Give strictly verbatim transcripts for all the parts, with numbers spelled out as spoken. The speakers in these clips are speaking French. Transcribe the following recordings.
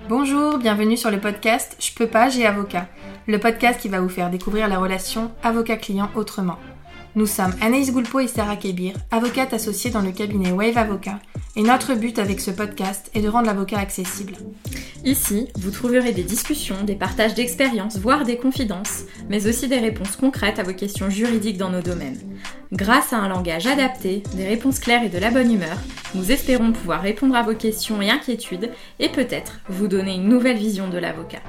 Bonjour, bienvenue sur le podcast Je peux pas, j'ai avocat, le podcast qui va vous faire découvrir la relation avocat-client autrement. Nous sommes Anaïs Goulpeau et Sarah Kébir, avocates associées dans le cabinet Wave Avocat, et notre but avec ce podcast est de rendre l'avocat accessible. Ici, vous trouverez des discussions, des partages d'expériences, voire des confidences, mais aussi des réponses concrètes à vos questions juridiques dans nos domaines. Grâce à un langage adapté, des réponses claires et de la bonne humeur, nous espérons pouvoir répondre à vos questions et inquiétudes et peut-être vous donner une nouvelle vision de l'avocat.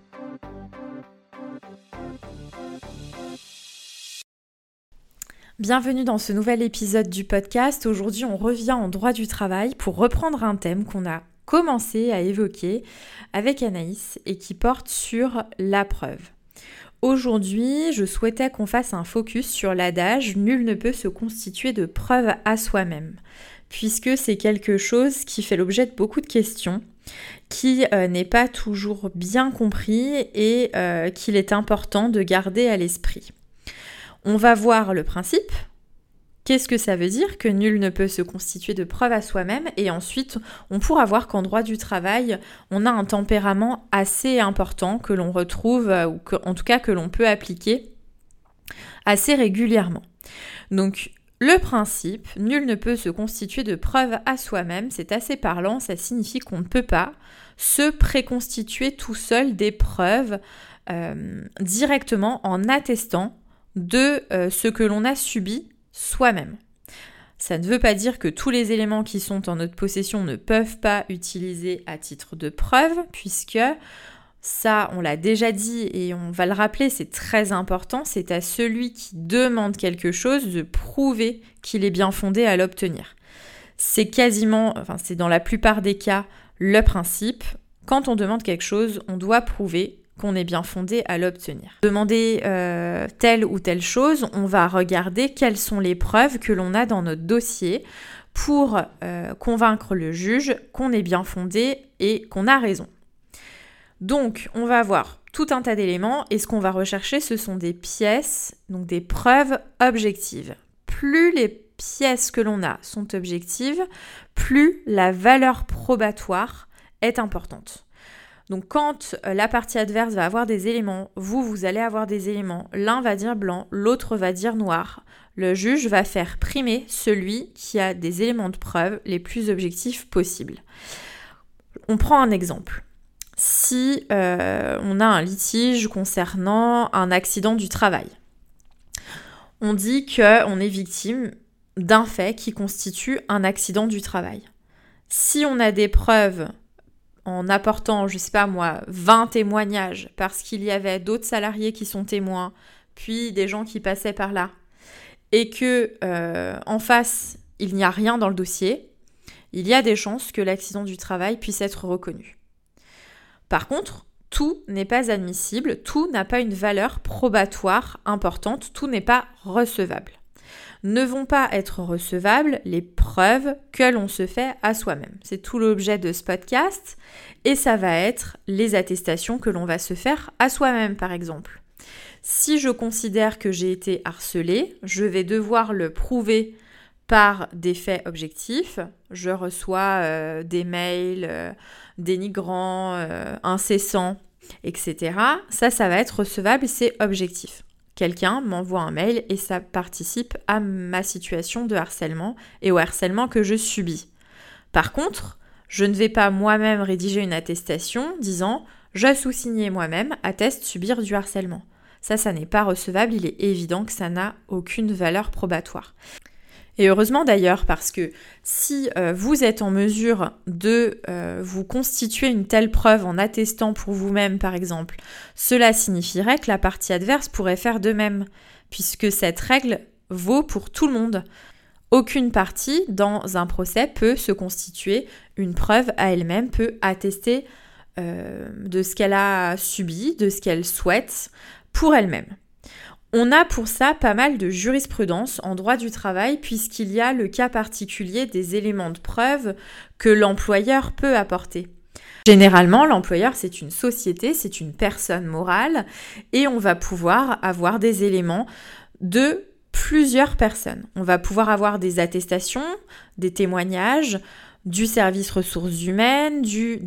Bienvenue dans ce nouvel épisode du podcast. Aujourd'hui, on revient en droit du travail pour reprendre un thème qu'on a commencé à évoquer avec Anaïs et qui porte sur la preuve. Aujourd'hui, je souhaitais qu'on fasse un focus sur l'adage « Nul ne peut se constituer de preuve à soi-même », puisque c'est quelque chose qui fait l'objet de beaucoup de questions, qui euh, n'est pas toujours bien compris et euh, qu'il est important de garder à l'esprit. On va voir le principe. Qu'est-ce que ça veut dire que nul ne peut se constituer de preuve à soi-même? Et ensuite, on pourra voir qu'en droit du travail, on a un tempérament assez important que l'on retrouve, ou que, en tout cas que l'on peut appliquer assez régulièrement. Donc, le principe, nul ne peut se constituer de preuve à soi-même, c'est assez parlant, ça signifie qu'on ne peut pas se préconstituer tout seul des preuves euh, directement en attestant de euh, ce que l'on a subi soi-même. Ça ne veut pas dire que tous les éléments qui sont en notre possession ne peuvent pas utiliser à titre de preuve, puisque ça, on l'a déjà dit et on va le rappeler, c'est très important, c'est à celui qui demande quelque chose de prouver qu'il est bien fondé à l'obtenir. C'est quasiment, enfin c'est dans la plupart des cas le principe. Quand on demande quelque chose, on doit prouver qu'on est bien fondé à l'obtenir. Demander euh, telle ou telle chose, on va regarder quelles sont les preuves que l'on a dans notre dossier pour euh, convaincre le juge qu'on est bien fondé et qu'on a raison. Donc, on va avoir tout un tas d'éléments et ce qu'on va rechercher, ce sont des pièces, donc des preuves objectives. Plus les pièces que l'on a sont objectives, plus la valeur probatoire est importante. Donc quand la partie adverse va avoir des éléments, vous, vous allez avoir des éléments, l'un va dire blanc, l'autre va dire noir. Le juge va faire primer celui qui a des éléments de preuve les plus objectifs possibles. On prend un exemple. Si euh, on a un litige concernant un accident du travail, on dit qu'on est victime d'un fait qui constitue un accident du travail. Si on a des preuves en apportant, je sais pas moi, vingt témoignages parce qu'il y avait d'autres salariés qui sont témoins, puis des gens qui passaient par là, et que euh, en face, il n'y a rien dans le dossier, il y a des chances que l'accident du travail puisse être reconnu. Par contre, tout n'est pas admissible, tout n'a pas une valeur probatoire importante, tout n'est pas recevable. Ne vont pas être recevables les preuves que l'on se fait à soi-même. C'est tout l'objet de ce podcast et ça va être les attestations que l'on va se faire à soi-même par exemple. Si je considère que j'ai été harcelée, je vais devoir le prouver par des faits objectifs. Je reçois euh, des mails euh, dénigrants, euh, incessants, et cetera. Ça, ça va être recevable, c'est objectif. Quelqu'un m'envoie un mail et ça participe à ma situation de harcèlement et au harcèlement que je subis. Par contre, je ne vais pas moi-même rédiger une attestation disant « je sous-signais moi-même, atteste subir du harcèlement ». Ça, ça n'est pas recevable, il est évident que ça n'a aucune valeur probatoire. Et heureusement d'ailleurs, parce que si euh, vous êtes en mesure de euh, vous constituer une telle preuve en attestant pour vous-même, par exemple, cela signifierait que la partie adverse pourrait faire de même, puisque cette règle vaut pour tout le monde. Aucune partie dans un procès peut se constituer une preuve à elle-même, peut attester euh, de ce qu'elle a subi, de ce qu'elle souhaite pour elle-même. On a pour ça pas mal de jurisprudence en droit du travail puisqu'il y a le cas particulier des éléments de preuve que l'employeur peut apporter. Généralement, l'employeur, c'est une société, c'est une personne morale et on va pouvoir avoir des éléments de plusieurs personnes. On va pouvoir avoir des attestations, des témoignages, du service ressources humaines, du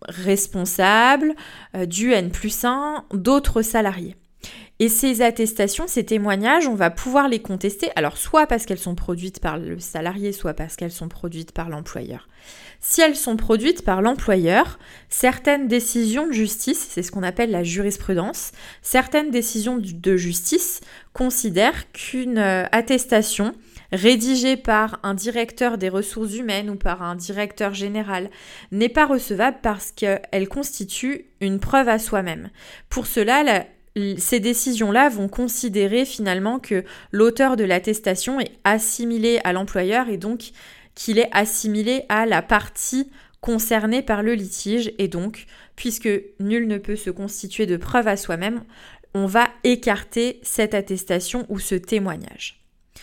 responsable, euh, du N plus un, d'autres salariés. Et ces attestations, ces témoignages, on va pouvoir les contester, alors soit parce qu'elles sont produites par le salarié, soit parce qu'elles sont produites par l'employeur. Si elles sont produites par l'employeur, certaines décisions de justice, c'est ce qu'on appelle la jurisprudence, certaines décisions de justice considèrent qu'une attestation rédigée par un directeur des ressources humaines ou par un directeur général n'est pas recevable parce qu'elle constitue une preuve à soi-même. Pour cela, la Ces décisions-là vont considérer finalement que l'auteur de l'attestation est assimilé à l'employeur et donc qu'il est assimilé à la partie concernée par le litige. Et donc, puisque nul ne peut se constituer de preuve à soi-même, on va écarter cette attestation ou ce témoignage.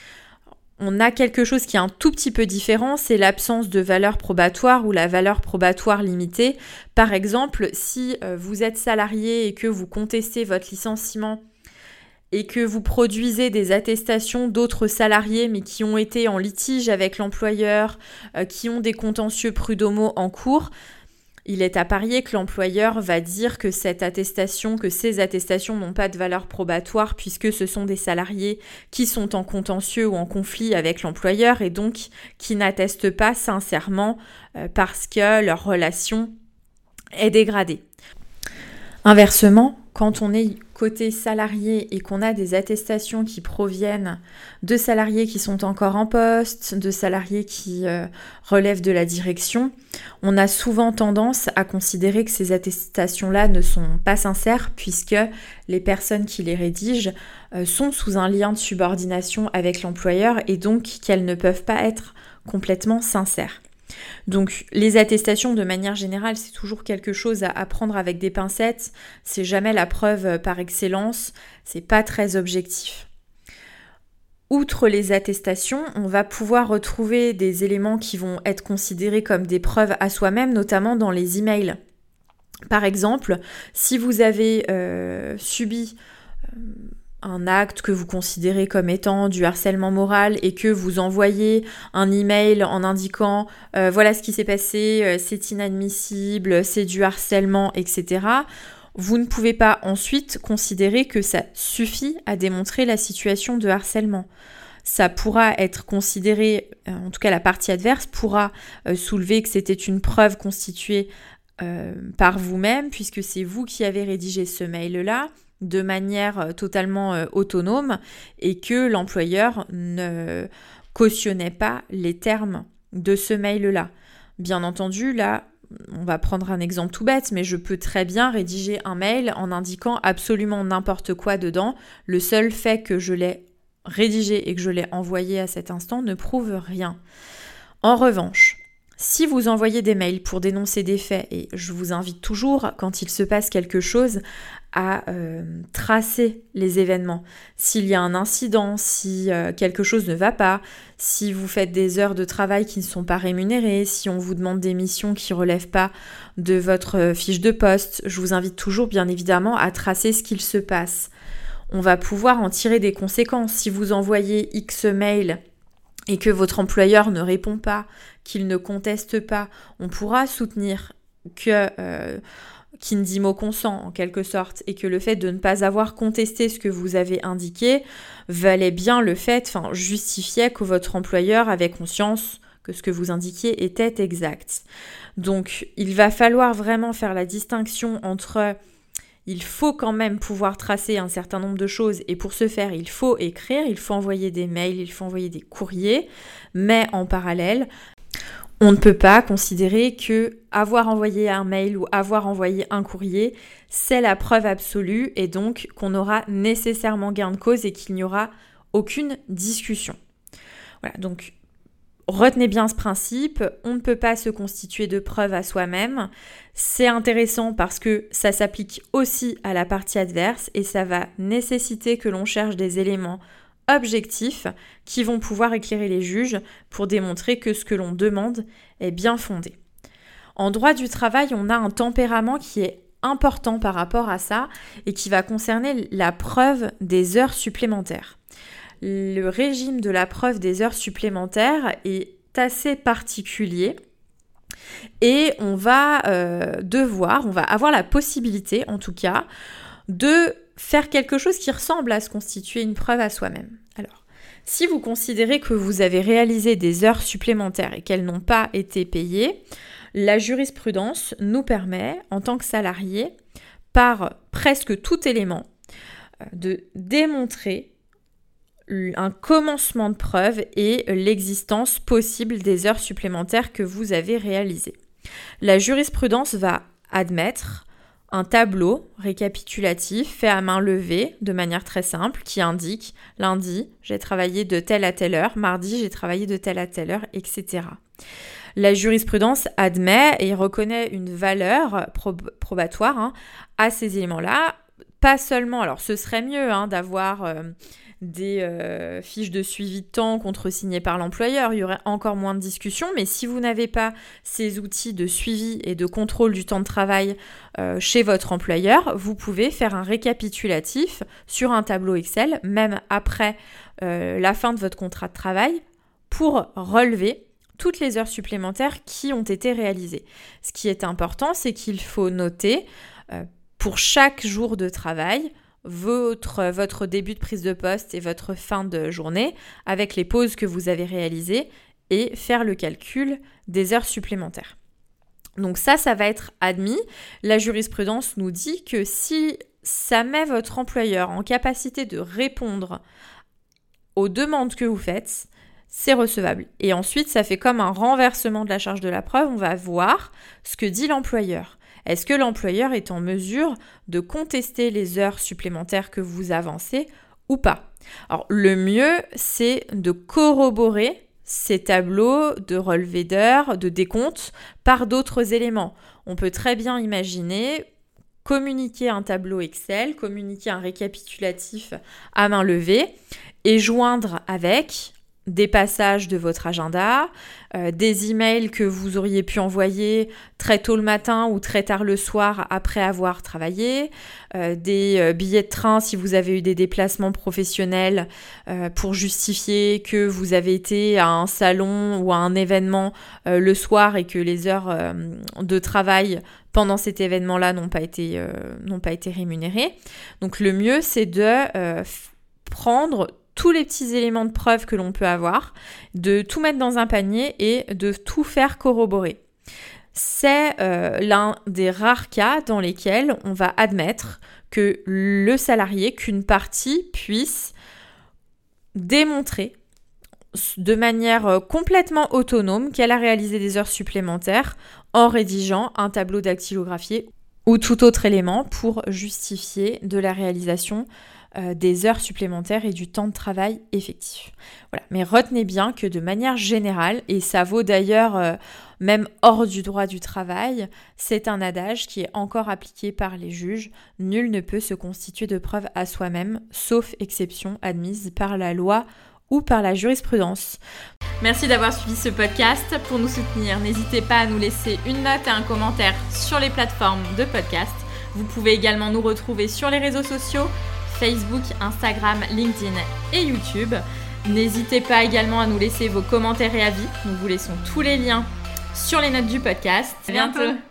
On a quelque chose qui est un tout petit peu différent, c'est l'absence de valeur probatoire ou la valeur probatoire limitée. Par exemple, si vous êtes salarié et que vous contestez votre licenciement et que vous produisez des attestations d'autres salariés mais qui ont été en litige avec l'employeur, qui ont des contentieux prud'homaux en cours, il est à parier que l'employeur va dire que cette attestation, que ces attestations n'ont pas de valeur probatoire puisque ce sont des salariés qui sont en contentieux ou en conflit avec l'employeur et donc qui n'attestent pas sincèrement parce que leur relation est dégradée. Inversement, quand on est côté salarié et qu'on a des attestations qui proviennent de salariés qui sont encore en poste, de salariés qui euh, relèvent de la direction, on a souvent tendance à considérer que ces attestations-là ne sont pas sincères puisque les personnes qui les rédigent euh, sont sous un lien de subordination avec l'employeur et donc qu'elles ne peuvent pas être complètement sincères. Donc les attestations de manière générale, c'est toujours quelque chose à prendre avec des pincettes, c'est jamais la preuve par excellence, c'est pas très objectif. Outre les attestations, on va pouvoir retrouver des éléments qui vont être considérés comme des preuves à soi-même, notamment dans les emails. Par exemple, si vous avez euh, subi euh, un acte que vous considérez comme étant du harcèlement moral et que vous envoyez un email en indiquant euh, voilà ce qui s'est passé, euh, c'est inadmissible, c'est du harcèlement, et cetera, vous ne pouvez pas ensuite considérer que ça suffit à démontrer la situation de harcèlement. Ça pourra être considéré, en tout cas la partie adverse pourra euh, soulever que c'était une preuve constituée euh, par vous-même puisque c'est vous qui avez rédigé ce mail-là, de manière totalement euh, autonome et que l'employeur ne cautionnait pas les termes de ce mail-là. Bien entendu, là, on va prendre un exemple tout bête, mais je peux très bien rédiger un mail en indiquant absolument n'importe quoi dedans. Le seul fait que je l'ai rédigé et que je l'ai envoyé à cet instant ne prouve rien. En revanche, si vous envoyez des mails pour dénoncer des faits, et je vous invite toujours, quand il se passe quelque chose, à euh, tracer les événements. S'il y a un incident, si euh, quelque chose ne va pas, si vous faites des heures de travail qui ne sont pas rémunérées, si on vous demande des missions qui ne relèvent pas de votre fiche de poste, je vous invite toujours bien évidemment à tracer ce qu'il se passe. On va pouvoir en tirer des conséquences. Si vous envoyez X mails et que votre employeur ne répond pas, qu'il ne conteste pas, on pourra soutenir que euh, qu'il ne dit mot consent en quelque sorte et que le fait de ne pas avoir contesté ce que vous avez indiqué valait bien le fait, enfin justifiait que votre employeur avait conscience que ce que vous indiquiez était exact. Donc il va falloir vraiment faire la distinction entre il faut quand même pouvoir tracer un certain nombre de choses et pour ce faire, il faut écrire, il faut envoyer des mails, il faut envoyer des courriers, mais en parallèle, on ne peut pas considérer que avoir envoyé un mail ou avoir envoyé un courrier, c'est la preuve absolue et donc qu'on aura nécessairement gain de cause et qu'il n'y aura aucune discussion. Voilà, donc retenez bien ce principe, on ne peut pas se constituer de preuves à soi-même. C'est intéressant parce que ça s'applique aussi à la partie adverse et ça va nécessiter que l'on cherche des éléments objectifs qui vont pouvoir éclairer les juges pour démontrer que ce que l'on demande est bien fondé. En droit du travail, on a un tempérament qui est important par rapport à ça et qui va concerner la preuve des heures supplémentaires. Le régime de la preuve des heures supplémentaires est assez particulier Et on va euh, devoir, on va avoir la possibilité en tout cas, de faire quelque chose qui ressemble à se constituer une preuve à soi-même. Alors, si vous considérez que vous avez réalisé des heures supplémentaires et qu'elles n'ont pas été payées, la jurisprudence nous permet, en tant que salarié, par presque tout élément, de démontrer un commencement de preuve et l'existence possible des heures supplémentaires que vous avez réalisées. La jurisprudence va admettre un tableau récapitulatif fait à main levée de manière très simple qui indique lundi, j'ai travaillé de telle à telle heure, mardi, j'ai travaillé de telle à telle heure, et cetera. La jurisprudence admet et reconnaît une valeur prob- probatoire hein, à ces éléments-là. Pas seulement, alors ce serait mieux hein, d'avoir euh, des euh, fiches de suivi de temps contresignées par l'employeur, il y aurait encore moins de discussions, mais si vous n'avez pas ces outils de suivi et de contrôle du temps de travail euh, chez votre employeur, vous pouvez faire un récapitulatif sur un tableau Excel, même après euh, la fin de votre contrat de travail, pour relever toutes les heures supplémentaires qui ont été réalisées. Ce qui est important, c'est qu'il faut noter euh, pour chaque jour de travail votre, votre début de prise de poste et votre fin de journée avec les pauses que vous avez réalisées et faire le calcul des heures supplémentaires. Donc ça, ça va être admis. La jurisprudence nous dit que si ça met votre employeur en capacité de répondre aux demandes que vous faites, c'est recevable. Et ensuite, ça fait comme un renversement de la charge de la preuve. On va voir ce que dit l'employeur. Est-ce que l'employeur est en mesure de contester les heures supplémentaires que vous avancez ou pas? Alors, le mieux, c'est de corroborer ces tableaux de relevé d'heures, de décompte, par d'autres éléments. On peut très bien imaginer communiquer un tableau Excel, communiquer un récapitulatif à main levée et joindre avec des passages de votre agenda, euh, des emails que vous auriez pu envoyer très tôt le matin ou très tard le soir après avoir travaillé, euh, des euh, billets de train si vous avez eu des déplacements professionnels euh, pour justifier que vous avez été à un salon ou à un événement euh, le soir et que les heures euh, de travail pendant cet événement-là n'ont pas été, euh, n'ont pas été rémunérées. Donc le mieux, c'est de euh, f- prendre tous les petits éléments de preuve que l'on peut avoir, de tout mettre dans un panier et de tout faire corroborer. C'est euh, l'un des rares cas dans lesquels on va admettre que le salarié, qu'une partie puisse démontrer de manière complètement autonome qu'elle a réalisé des heures supplémentaires en rédigeant un tableau dactylographié ou tout autre élément pour justifier de la réalisation Euh, des heures supplémentaires et du temps de travail effectif. Voilà. Mais retenez bien que de manière générale, et ça vaut d'ailleurs euh, même hors du droit du travail, c'est un adage qui est encore appliqué par les juges. Nul ne peut se constituer de preuve à soi-même, sauf exception admise par la loi ou par la jurisprudence. Merci d'avoir suivi ce podcast. Pour nous soutenir, n'hésitez pas à nous laisser une note et un commentaire sur les plateformes de podcast. Vous pouvez également nous retrouver sur les réseaux sociaux, Facebook, Instagram, LinkedIn et YouTube. N'hésitez pas également à nous laisser vos commentaires et avis. Nous vous laissons tous les liens sur les notes du podcast. À bientôt.